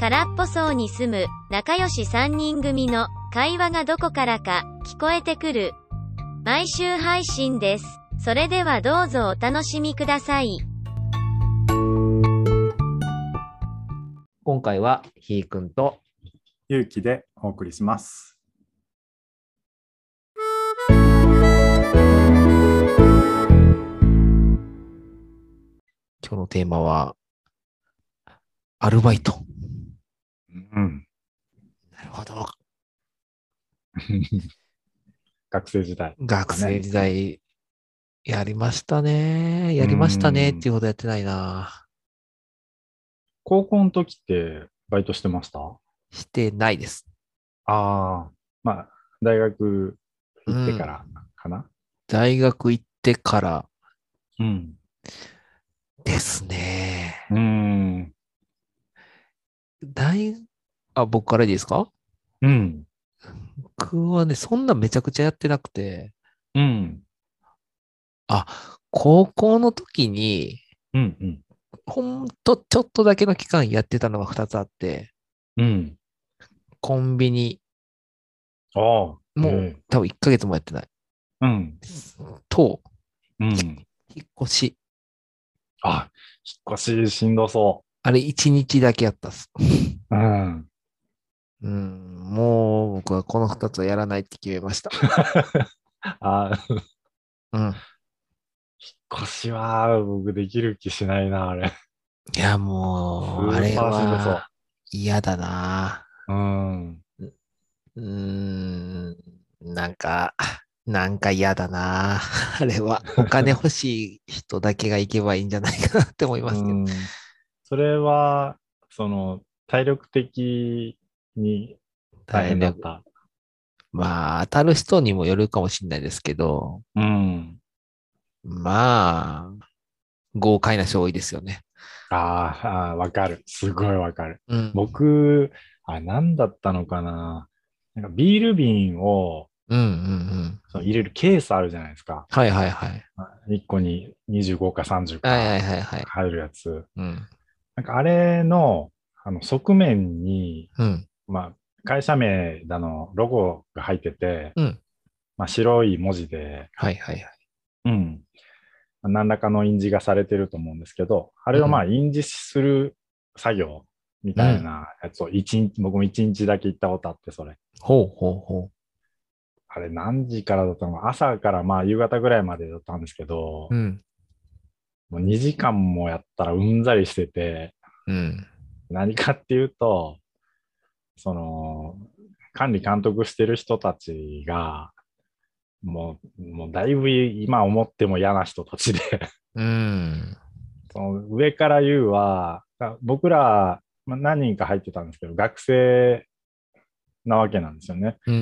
空っぽ荘に住む仲良し3人組の会話がどこからか聞こえてくる毎週配信です。それではどうぞお楽しみください。 今回はひーくんとゆうきでお送りします。 今日のテーマはアルバイト。 うん。 なるほど。 学生時代、 学生時代やりましたね。やりましたねっていうほどやってないな。 高校の時ってバイトしてました？ してないです。 ああ、まあ、大学行ってからかな。 大学行ってからうん。 ですね。僕からでいいですか？ うん。 僕はね、そんなめちゃくちゃやってなくて、 うん。 高校の時に、 うんうん。 ほんとちょっとだけの期間やってたのが2つあって、 うん。 コンビニ、 ああ、 もう多分1ヶ月もやってない。 うん。 と、 うん。 引っ越し。 あ、引っ越ししんどそあれ1日だけやったっす。 う。うん。 もう僕はこの2つはやらないって決めました。 あ、 うん。 引っ越しは僕できる気しないな、あれ。 いや、もう、あれスーパーしんどそは嫌だな。 う。うん。 なんか嫌だな。あれは。お金欲しい人だけが行けばいいんじゃないかなって思いますけど。 それは、体力的に大変だった。 まあ、当たる人にもよるかもしれないですけど、 うん。 まあ、豪快な人多いですよね。 わかる。すごいわかる。 うん。 僕、何だったのかな。なんかビール瓶を入れるケースあるじゃないですか。 はいはいはい。 1個に25か30かはいはいはいはい。 入るやつ。 うん。 なんかあれの、側面に、 うん。 まあ、会社名だの、ロゴが入ってて、 うん。 まあ、白い文字で、 はいはいはい。 うん。何らかの印字がされてると思うんですけど、あれをまあ印字する作業みたいなやつを僕も一日だけ行ったことあって、それ。 ほうほうほう。 あれ何時からだったのか、朝からまあ夕方ぐらいまでだったんですけど、 うん。 もう2時間もやったらうんざりしてて、 うん。 何かっていうと、その、管理監督してる人たちが、もうだいぶ今思っても嫌な人たちでうん。 その上から言うは、僕ら、何人か入ってたんですけど、学生なわけなんですよね。 うん。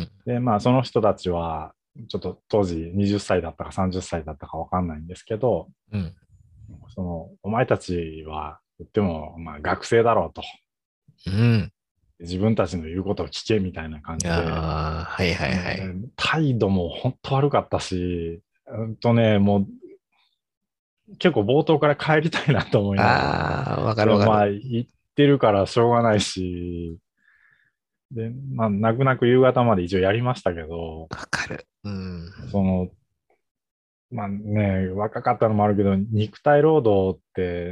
で、まあ、その人たちは、ちょっと当時20歳だったか30歳だったかわかんないんですけど、 うん。 お前たちは言っても、まあ、学生だろうと。 うん。 自分たちの言うことを聞けみたいな感じで、 はいはいはい。 態度も本当悪かったし、もう結構冒頭から帰りたいなと思いながら。 わかるわかる。 まあ、行ってるからしょうがないし、で、まあ、泣く泣く夕方まで一応やりましたけど、 わかる。うん。 まあね、若かったのもあるけど、肉体労働って、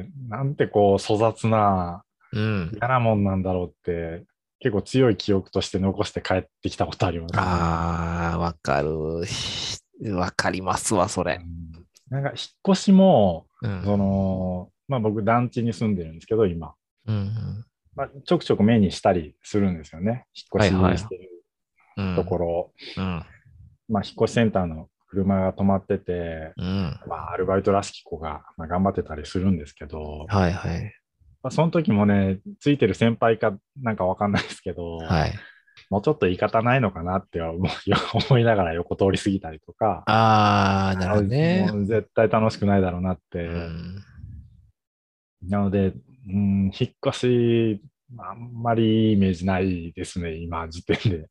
なんてこう、粗雑な、 うん。 嫌なもんなんだろうって、結構強い記憶として残して帰ってきたことありますね。 わかる。わかりますわ、それ。 なんか、引っ越しも、 うん。 まあ僕団地に住んでるんですけど、今。まあ、ちょくちょく目にしたりするんですよね。引っ越ししてるところ。まあ、引っ越しセンターの車が止まってて、まあ、アルバイトらしき子が、まあ、頑張ってたりするんですけど、 はいはい。 まあ、その時もね、ついてる先輩かなんかわかんないですけど、 はい。 もうちょっと言い方ないのかなって思いながら横通り過ぎたりとか、 なるほどね。 もう絶対楽しくないだろうなって。なので、引っ越し、あんまりイメージないですね、今時点で。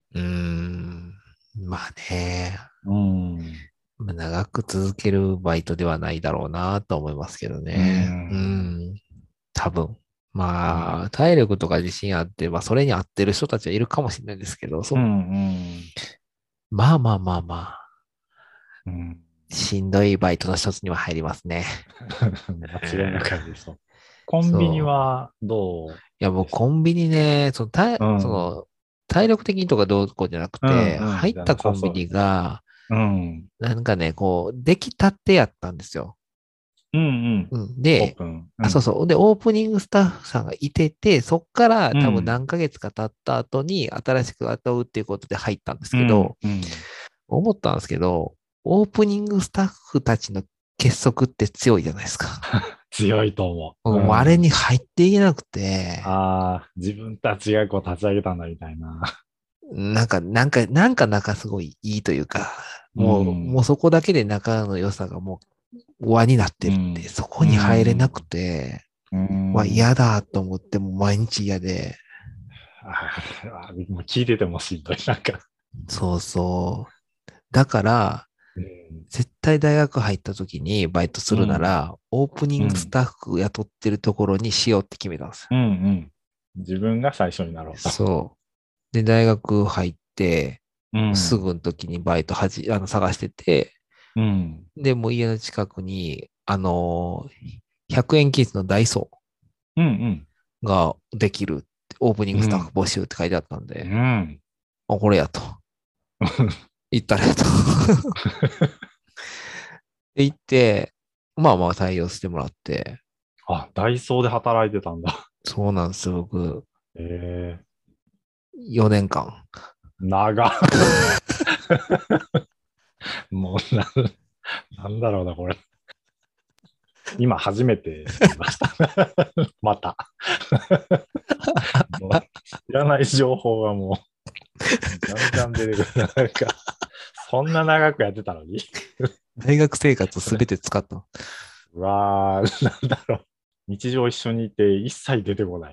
まあね。 うん。 長く続けるバイトではないだろうなと思いますけどね。多分。 まあ、体力とか自信あって、まあ、それに合ってる人たちはいるかもしれないですけど、まあまあまあまあ、しんどいバイトの一つには入りますね。 間違いなくありそう。コンビニはどう？ いや、もうコンビニね、その体力的にとかどうこうじゃなくて、入ったコンビニが、なんかね、こう、出来たてやったんですよ。で、そうそう。で、オープニングスタッフさんがいてて、そっから多分何ヶ月か経った後に新しく雇うっていうことで入ったんですけど、思ったんですけど、オープニングスタッフたちの結束って強いじゃないですか。 強いと思う。 もうあれに入っていけなくて。 自分たちがこう立ち上げたんだみたいな。 なんか仲すごいいいというか、もうそこだけで仲の良さがもう輪になってるって、そこに入れなくて、嫌だと思っても毎日嫌で。 もう聞いててもしんどい、なんか。 そうそう。だから、絶対大学入った時にバイトするなら、オープニングスタッフ雇ってるところにしようって決めたんですよ。 自分が最初になろうと。 そう。で、大学入って、すぐの時にバイト探してて、で、もう家の近くに、100円均一のダイソーができる、オープニングスタッフ募集って書いてあったんで、これやと。行ったらやと。で、行って、まあまあ採用してもらって。 ダイソーで働いてたんだ。 そうなんですよ、僕。4年間。 長もうなんだろうな、これ。今初めて知りました。また。知らない情報がもう、じゃんじゃん出てくる。なんか、そんな長くやってたのに。 大学生活すべて使った。 うわー、なんだろう。日常一緒にいて一切出てこない。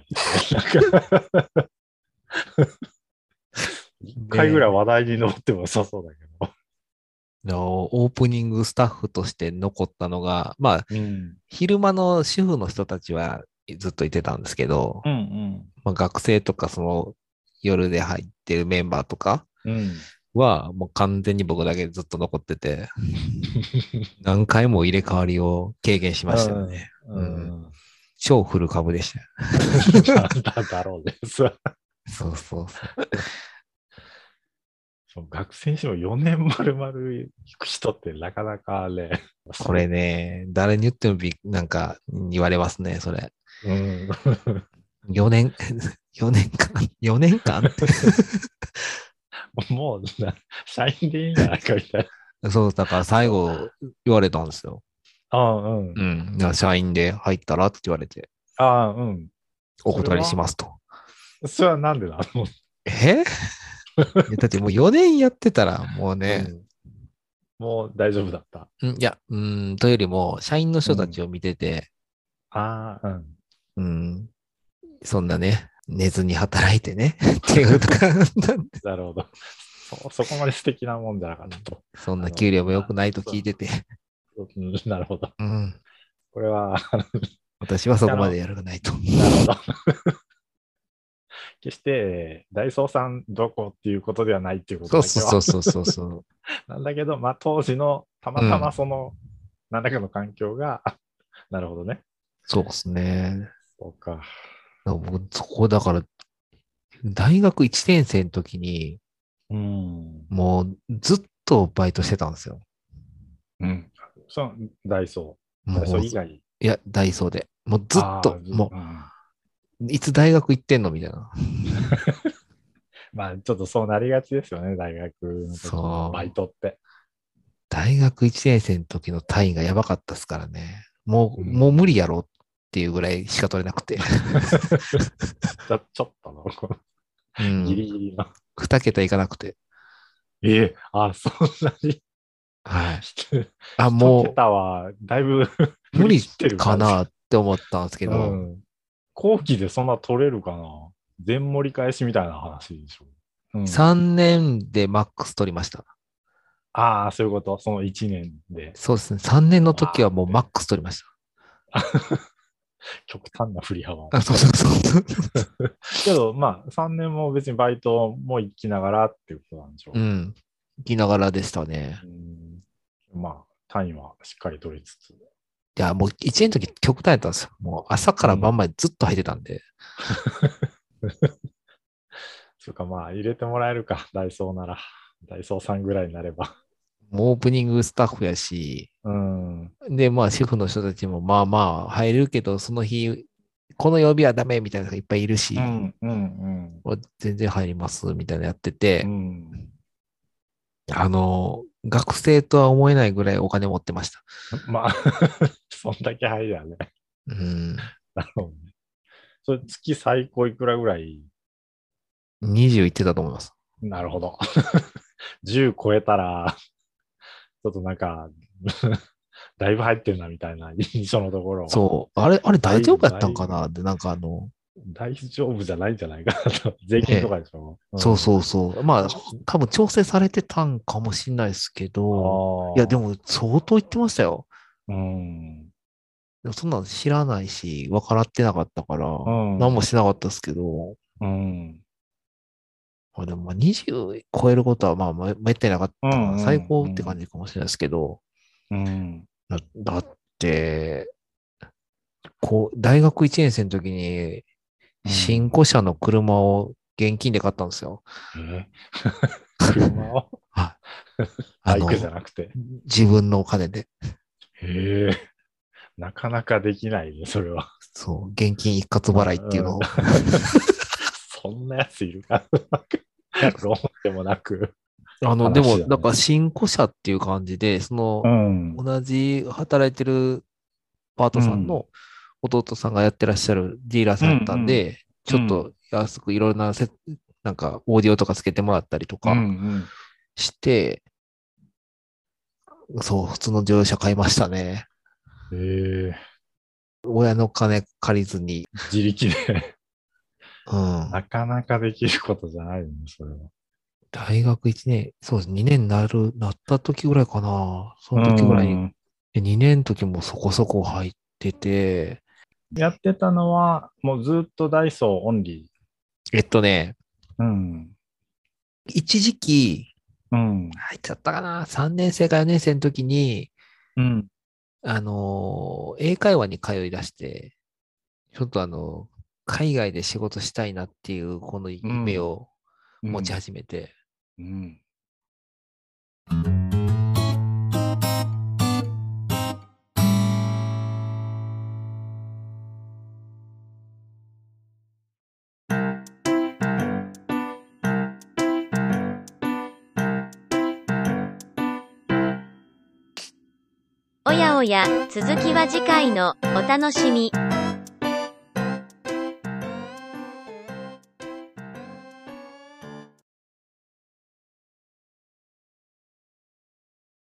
一回ぐらい話題に乗っても良さそうだけど。 オープニングスタッフとして残ったのが、まあ、昼間の主婦の人たちはずっといてたんですけど、まあ、学生とかその夜で入ってるメンバーとかはもう完全に僕だけずっと残ってて、何回も入れ替わりを経験しましたよね。超フル株でした。 だろうです。 そうそう。 学生にしても4年丸々行く人ってなかなかね。 これね、誰に言ってもなんか言われますね、それ。4年間ってもう、社員でいいんじゃないかみたいな。そう、だから最後言われたんですよ。社員で入ったらって言われて。お断りしますと。 それはなんでなの？ だってもう4年やってたらもうね、 もう大丈夫だった。 いや、というよりも、社員の人たちを見てて、そんなね、寝ずに働いてね、っていうとか。 なるほど。そこまで素敵なもんじゃなかったと。 そんな給料も良くないと聞いてて。 なるほど。これは、 私はそこまでやるがないと。 なるほど。決して、ダイソーさんどこっていうことではないっていうことだけは。 そう。 なんだけど、まあ当時のたまたまその、何らかの環境が、なるほどね。 そうですね。 そうか。 そこだから、大学1年生の時に、もうずっとバイトしてたんですよ。 ダイソー以外。 いや、ダイソーで。もうずっと、いつ大学行ってんのみたいな。 まあ、ちょっとそうなりがちですよね、大学の時のバイトって。 大学1年生の時の単位がやばかったですからね。もう無理やろっていうぐらいしか取れなくて。 ちょっとの、ギリギリの。 2桁いかなくて。 そんなに。 はい。 もう。1桁は、だいぶ無理かなって思ったんですけど。 後期でそんな取れるかな？全盛り返しみたいな話でしょ。 3年でマックス取りました。 そういうこと？その1年で。 そうですね。3年の時はもうマックス取りました。 極端な振り幅。 そうそうそう。 けど、まあ、3年も別にバイトも行きながらっていうことなんでしょう。 行きながらでしたね。 まあ、単位はしっかり取りつつ。 いや、もう1年の時極端やったんですよ。もう朝から晩までずっと入ってたんで。 そうか、まあ、入れてもらえるか、ダイソーなら。ダイソーさんぐらいになれば。 もうオープニングスタッフやし、で、まあ、主婦の人たちもまあまあ入るけど、その日、この曜日はダメみたいなのがいっぱいいるし、全然入りますみたいなのやってて、学生とは思えないぐらいお金持ってました。 まあ、そんだけ入りゃね。なるほどね。それ月最高いくらぐらい ?20 いってたと思います。 なるほど。10超えたら、ちょっとなんか、だいぶ入ってるなみたいな印象のところ。 そう。あれ大丈夫やったんかなって、なんか大丈夫じゃないんじゃないかなと。税金とかでしょ、 そうそうそう。まあ、多分調整されてたんかもしれないですけど、いや、でも相当言ってましたよ。でもそんなの知らないし、分からってなかったから、何もしなかったですけど、でもまあ20超えることはまあめったになかったから、最高って感じかもしれないですけど、だって、大学1年生の時に、新古車の車を現金で買ったんですよ。 車をバイクじゃなくて。 自分のお金で。 へえ。なかなかできないね、それは。 そう、現金一括払いっていうのを。 そんなやついるかローンでもなく。 でも、なんか新古車っていう感じで、同じ働いてるパートさんの弟さんがやってらっしゃるディーラーさんだったんで、ちょっと安くいろんななんかオーディオとかつけてもらったりとかして、そう、普通の乗用車買いましたね。親の金借りずに。 自力で。なかなかできることじゃないね、それは。 大学1年、そうです、2年になった時ぐらいかな。その時ぐらいに、2年の時もそこそこ入ってて。 やってたのは、もうずっとダイソーオンリー。一時期、入っちゃったかな。3年生か4年生の時に、英会話に通い出して、ちょっと海外で仕事したいなっていう、この夢を持ち始めて。 おやおや、続きは次回のお楽しみ。